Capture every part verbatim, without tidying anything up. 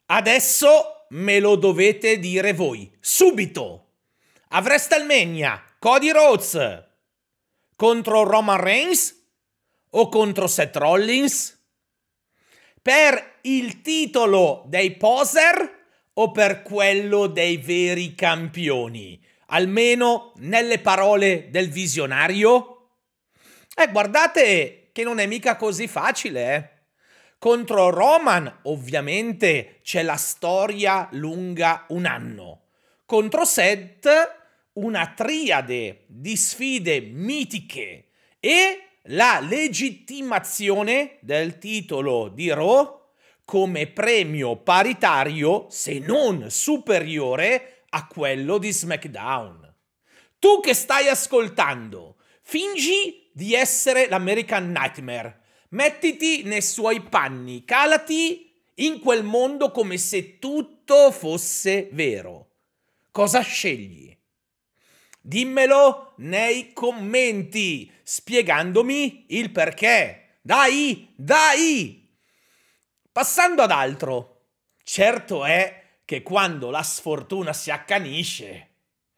Adesso me lo dovete dire voi, subito. A WrestleMania, Cody Rhodes contro Roman Reigns o contro Seth Rollins? Per il titolo dei poser o per quello dei veri campioni? Almeno nelle parole del visionario? Eh, guardate che non è mica così facile, eh. Contro Roman, ovviamente, c'è la storia lunga un anno. Contro Seth, una triade di sfide mitiche e la legittimazione del titolo di Raw come premio paritario, se non superiore, a quello di SmackDown. Tu che stai ascoltando, fingi di essere l'American Nightmare. Mettiti nei suoi panni, calati in quel mondo come se tutto fosse vero. Cosa scegli? Dimmelo nei commenti, spiegandomi il perché. Dai, dai! Passando ad altro, certo è che quando la sfortuna si accanisce,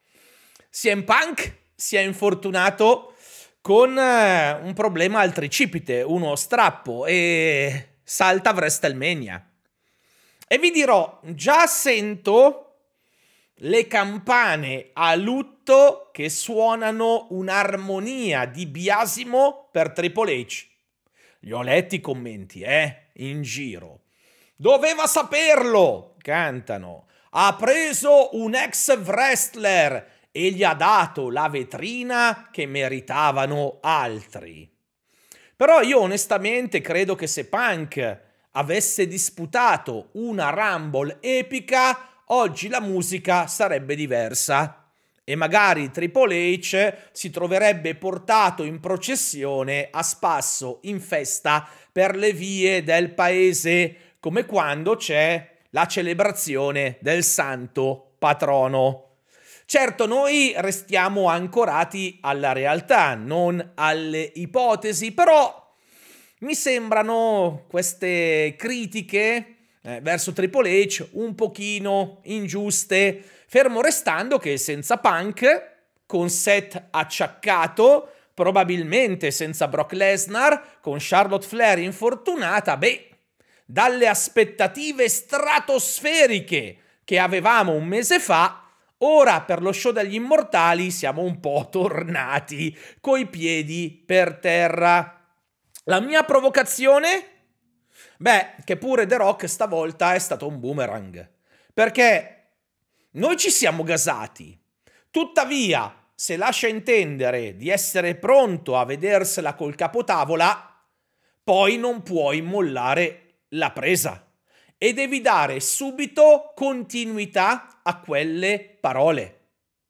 C M Punk si è infortunato con un problema al tricipite, uno strappo, e salta a WrestleMania. E vi dirò, già sento le campane a lutto che suonano un'armonia di biasimo per Triple H. Li ho letti i commenti, eh, in giro. Doveva saperlo, cantano. Ha preso un ex wrestler e gli ha dato la vetrina che meritavano altri. Però io onestamente credo che se Punk avesse disputato una Rumble epica, oggi la musica sarebbe diversa e magari Triple H si troverebbe portato in processione a spasso in festa per le vie del paese, come quando c'è la celebrazione del santo patrono. Certo, noi restiamo ancorati alla realtà, non alle ipotesi, però mi sembrano queste critiche eh, verso Triple H un pochino ingiuste, fermo restando che senza Punk, con Seth acciaccato, probabilmente senza Brock Lesnar, con Charlotte Flair infortunata, beh, dalle aspettative stratosferiche che avevamo un mese fa, ora per lo show degli immortali siamo un po' tornati coi piedi per terra. La mia provocazione? Beh, che pure The Rock stavolta è stato un boomerang. Perché noi ci siamo gasati. Tuttavia, se lascia intendere di essere pronto a vedersela col capotavola, poi non puoi mollare la presa. E devi dare subito continuità a quelle parole.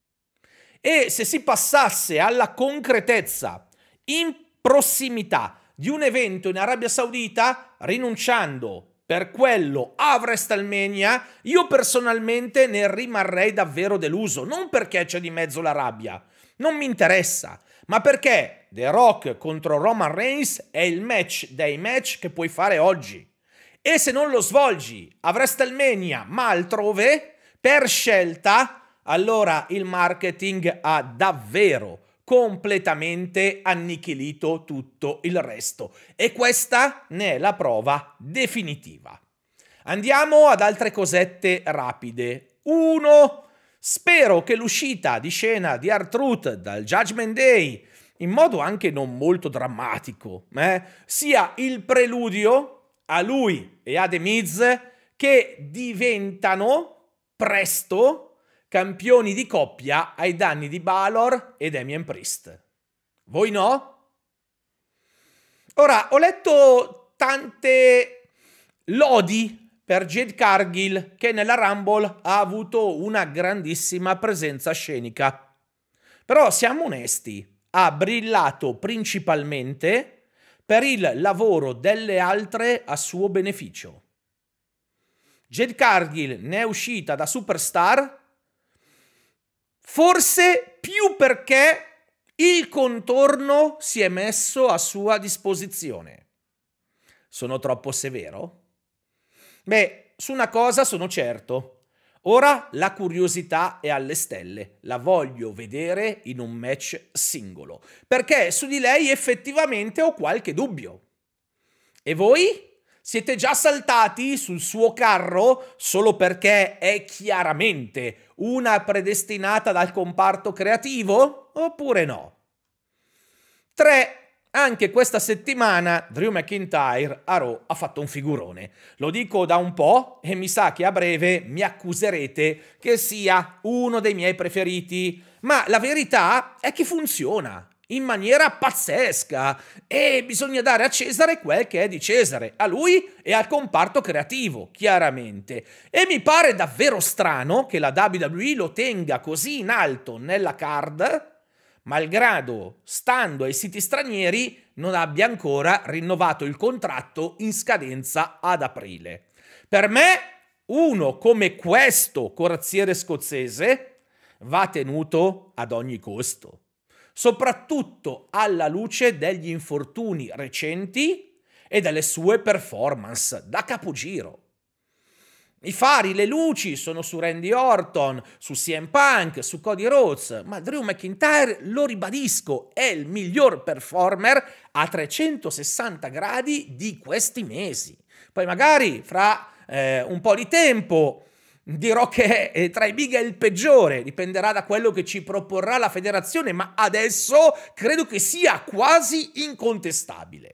E se si passasse alla concretezza in prossimità di un evento in Arabia Saudita, rinunciando per quello a WrestleMania, io personalmente ne rimarrei davvero deluso, non perché c'è di mezzo l'Arabia, non mi interessa, ma perché The Rock contro Roman Reigns è il match dei match che puoi fare oggi. E se non lo svolgi a WrestleMania ma altrove, per scelta, allora il marketing ha davvero completamente annichilito tutto il resto. E questa ne è la prova definitiva. Andiamo ad altre cosette rapide. Uno, spero che l'uscita di scena di R-Truth dal Judgment Day, in modo anche non molto drammatico, eh, sia il preludio a lui e a The Miz che diventano presto campioni di coppia ai danni di Balor e Damian Priest. Voi no? Ora, ho letto tante lodi per Jade Cargill, che nella Rumble ha avuto una grandissima presenza scenica. Però siamo onesti, ha brillato principalmente per il lavoro delle altre a suo beneficio. Jade Cargill ne è uscita da superstar forse più perché il contorno si è messo a sua disposizione. Sono troppo severo? Beh, su una cosa sono certo. Ora la curiosità è alle stelle, la voglio vedere in un match singolo, perché su di lei effettivamente ho qualche dubbio. E voi? Siete già saltati sul suo carro solo perché è chiaramente una predestinata dal comparto creativo? Oppure no? tre. Anche questa settimana Drew McIntyre a Raw ha fatto un figurone. Lo dico da un po' e mi sa che a breve mi accuserete che sia uno dei miei preferiti. Ma la verità è che funziona in maniera pazzesca e bisogna dare a Cesare quel che è di Cesare, a lui e al comparto creativo, chiaramente. E mi pare davvero strano che la W W E lo tenga così in alto nella card, malgrado, stando ai siti stranieri, non abbia ancora rinnovato il contratto in scadenza ad aprile. Per me, uno come questo corazziere scozzese va tenuto ad ogni costo, soprattutto alla luce degli infortuni recenti e delle sue performance da capogiro. I fari, le luci sono su Randy Orton, su C M Punk, su Cody Rhodes, ma Drew McIntyre, lo ribadisco, è il miglior performer a trecentosessanta gradi di questi mesi. Poi magari fra eh, un po' di tempo dirò che eh, tra i big è il peggiore, dipenderà da quello che ci proporrà la federazione, ma adesso credo che sia quasi incontestabile.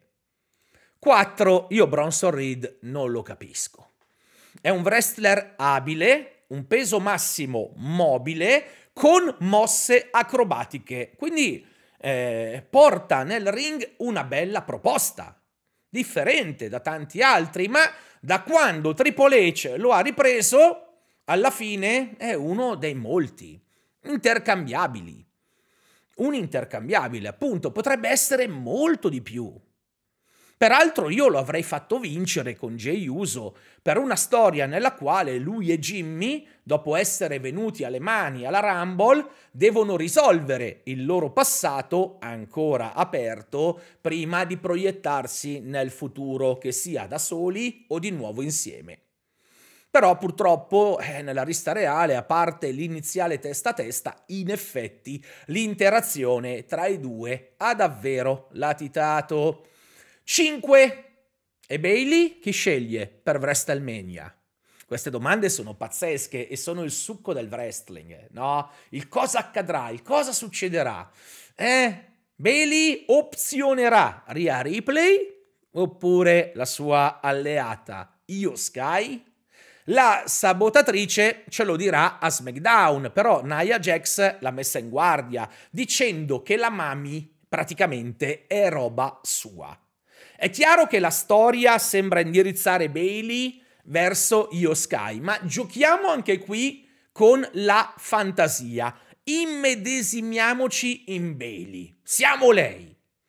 quattro. Io Bronson Reed non lo capisco. È un wrestler abile, un peso massimo mobile, con mosse acrobatiche. Quindi eh, porta nel ring una bella proposta, differente da tanti altri, ma da quando Triple H lo ha ripreso, alla fine è uno dei molti, intercambiabili. Un intercambiabile, appunto, potrebbe essere molto di più. Peraltro io lo avrei fatto vincere con Jey Uso per una storia nella quale lui e Jimmy, dopo essere venuti alle mani alla Rumble, devono risolvere il loro passato ancora aperto prima di proiettarsi nel futuro, che sia da soli o di nuovo insieme. Però purtroppo eh, nella rista reale, a parte l'iniziale testa a testa, in effetti l'interazione tra i due ha davvero latitato. cinque. E Bayley chi sceglie per WrestleMania? Queste domande sono pazzesche e sono il succo del wrestling, no? Il cosa accadrà, il cosa succederà. Eh? Bayley opzionerà Rhea Ripley oppure la sua alleata Io Sky? La sabotatrice ce lo dirà a SmackDown, però Nia Jax l'ha messa in guardia dicendo che la Mami praticamente è roba sua. È chiaro che la storia sembra indirizzare Bayley verso Io Sky, ma giochiamo anche qui con la fantasia. Immedesimiamoci in Bayley. Siamo lei.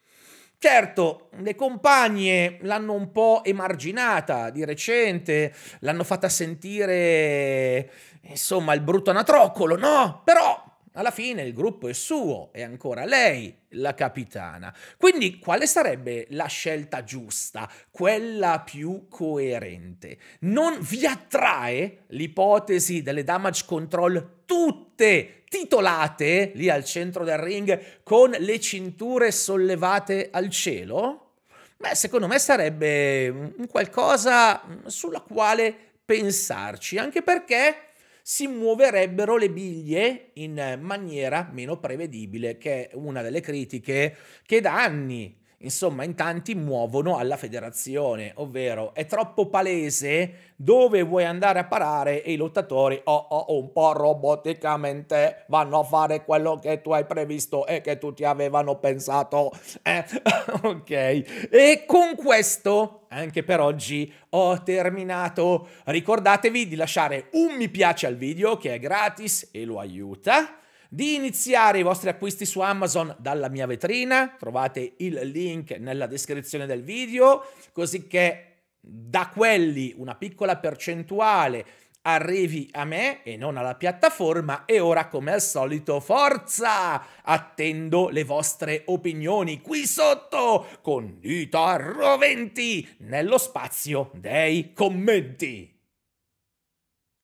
Certo, le compagne l'hanno un po' emarginata di recente, l'hanno fatta sentire, insomma, il brutto anatroccolo, no? Però alla fine il gruppo è suo, è ancora lei la capitana. Quindi quale sarebbe la scelta giusta, quella più coerente? Non vi attrae l'ipotesi delle damage control tutte titolate lì al centro del ring con le cinture sollevate al cielo? Beh, secondo me sarebbe un qualcosa sulla quale pensarci, anche perché si muoverebbero le biglie in maniera meno prevedibile, che è una delle critiche che da anni, insomma, in tanti muovono alla federazione, ovvero è troppo palese dove vuoi andare a parare e i lottatori oh, oh, un po' roboticamente vanno a fare quello che tu hai previsto e che tutti avevano pensato. Eh, ok, e con questo anche per oggi ho terminato. Ricordatevi di lasciare un mi piace al video che è gratis e lo aiuta, di iniziare i vostri acquisti su Amazon dalla mia vetrina, trovate il link nella descrizione del video, così che da quelli una piccola percentuale arrivi a me e non alla piattaforma. E ora, come al solito, forza! Attendo le vostre opinioni qui sotto con dita roventi nello spazio dei commenti.